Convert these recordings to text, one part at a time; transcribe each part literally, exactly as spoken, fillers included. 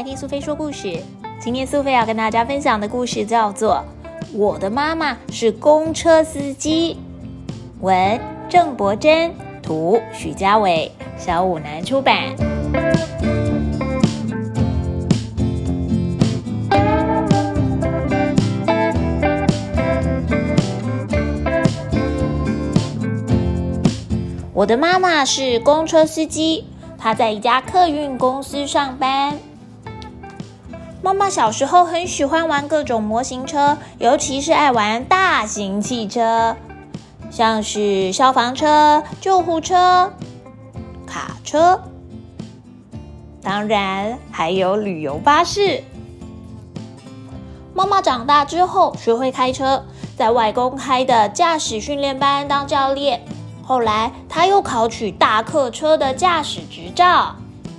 听苏菲说故事。今天苏菲要跟大家分享的故事叫做《我的妈妈是公车司机》，文郑伯珍，图许家伟，小五南出版。我的妈妈是公车司机，她在一家客运公司上班。妈妈小时候很喜欢玩各种模型车，尤其是爱玩大型汽车，像是消防车、救护车、卡车，当然还有旅游巴士。妈妈长大之后学会开车，在外公开的驾驶训练班当教练。后来，他又考取大客车的驾驶执照。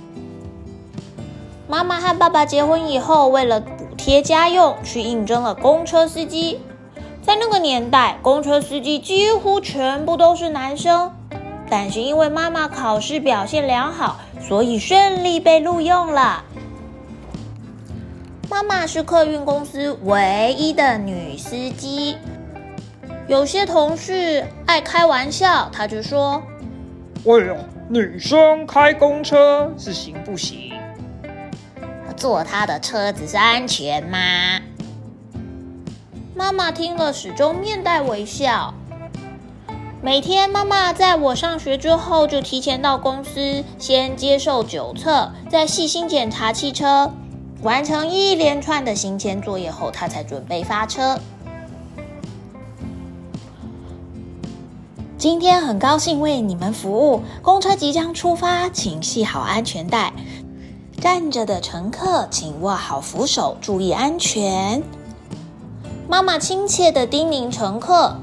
妈妈和爸爸结婚以后，为了补贴家用，去应征了公车司机。在那个年代，公车司机几乎全部都是男生，但是因为妈妈考试表现良好，所以顺利被录用了。妈妈是客运公司唯一的女司机。有些同事爱开玩笑，他就说：“ 哎呦，女生开公车是行不行？ 坐她的车子是安全吗？”妈妈听了始终面带微笑。每天妈妈在我上学之后就提前到公司，先接受酒测，再细心检查汽车，完成一连串的行前作业后，她才准备发车。今天很高兴为你们服务，公车即将出发，请系好安全带。站着的乘客请握好扶手，注意安全。妈妈亲切地叮咛乘客。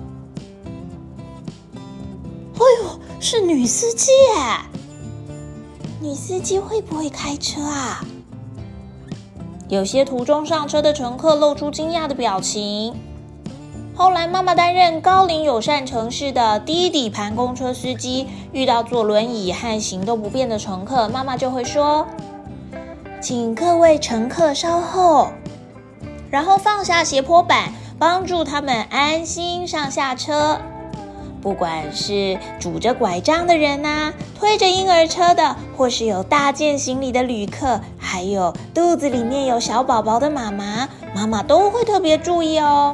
哎呦，是女司机耶！女司机会不会开车啊？有些途中上车的乘客露出惊讶的表情。后来妈妈担任高龄友善城市的低底盘公车司机，遇到坐轮椅和行动不便的乘客，妈妈就会说：“请各位乘客稍后。”然后放下斜坡板，帮助他们安心上下车。不管是拄着拐杖的人啊，推着婴儿车的，或是有大件行李的旅客，还有肚子里面有小宝宝的妈妈，妈妈都会特别注意哦。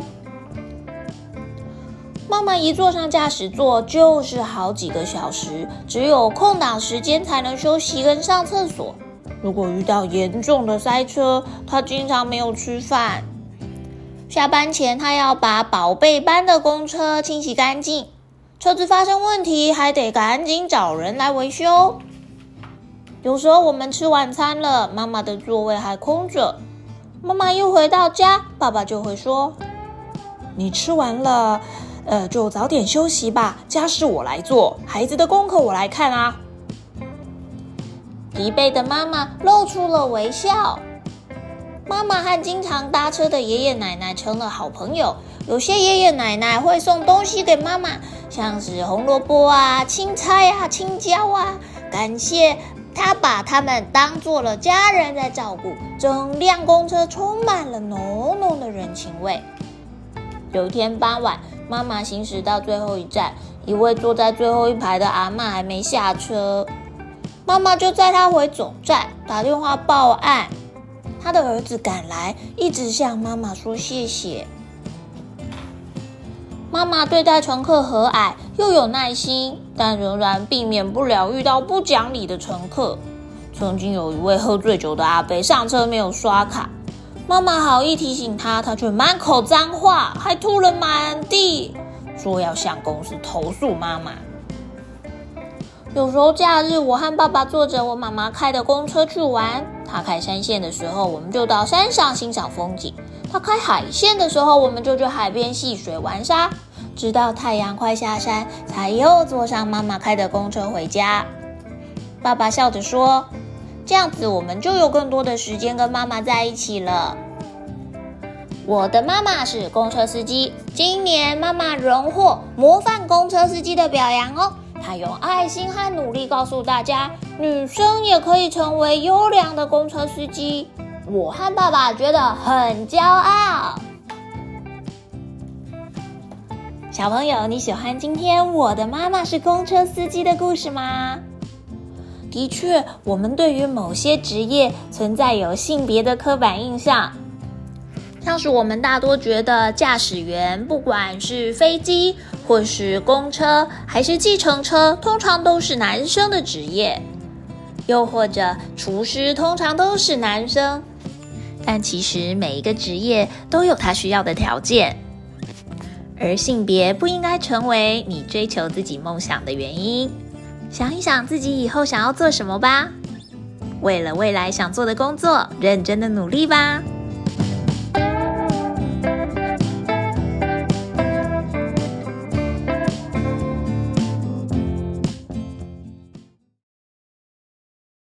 妈妈一坐上驾驶座就是好几个小时，只有空档时间才能休息跟上厕所。如果遇到严重的塞车，她经常没有吃饭。下班前，她要把宝贝班的公车清洗干净，车子发生问题还得赶紧找人来维修。有时候我们吃晚餐了，妈妈的座位还空着。妈妈一回到家，爸爸就会说：“你吃完了呃，就早点休息吧，家事我来做，孩子的功课我来看啊。”疲惫的妈妈露出了微笑。妈妈和经常搭车的爷爷奶奶成了好朋友，有些爷爷奶奶会送东西给妈妈，像是红萝卜啊、青菜啊、青椒啊，感谢她把他们当做了家人在照顾。整辆公车充满了浓浓的人情味。有一天傍晚，妈妈行驶到最后一站，一位坐在最后一排的阿嬷还没下车，妈妈就载她回总站，打电话报案。她的儿子赶来，一直向妈妈说谢谢。妈妈对待乘客和蔼又有耐心，但仍然避免不了遇到不讲理的乘客。曾经有一位喝醉酒的阿伯上车没有刷卡，妈妈好意提醒他，他却满口脏话，还吐了满地，说要向公司投诉妈妈。有时候假日，我和爸爸坐着我妈妈开的公车去玩。他开山线的时候，我们就到山上欣赏风景；他开海线的时候，我们就去海边戏水玩沙。直到太阳快下山，才又坐上妈妈开的公车回家。爸爸笑着说：“这样子我们就有更多的时间跟妈妈在一起了。”我的妈妈是公车司机，今年妈妈荣获模范公车司机的表扬哦。她用爱心和努力告诉大家，女生也可以成为优良的公车司机。 我和爸爸觉得很骄傲。小朋友，你喜欢今天我的妈妈是公车司机的故事吗？的确，我们对于某些职业存在有性别的刻板印象，像是我们大多觉得驾驶员，不管是飞机或是公车还是计程车，通常都是男生的职业，又或者厨师通常都是男生。但其实每一个职业都有他需要的条件，而性别不应该成为你追求自己梦想的原因。想一想自己以后想要做什么吧，为了未来想做的工作，认真的努力吧。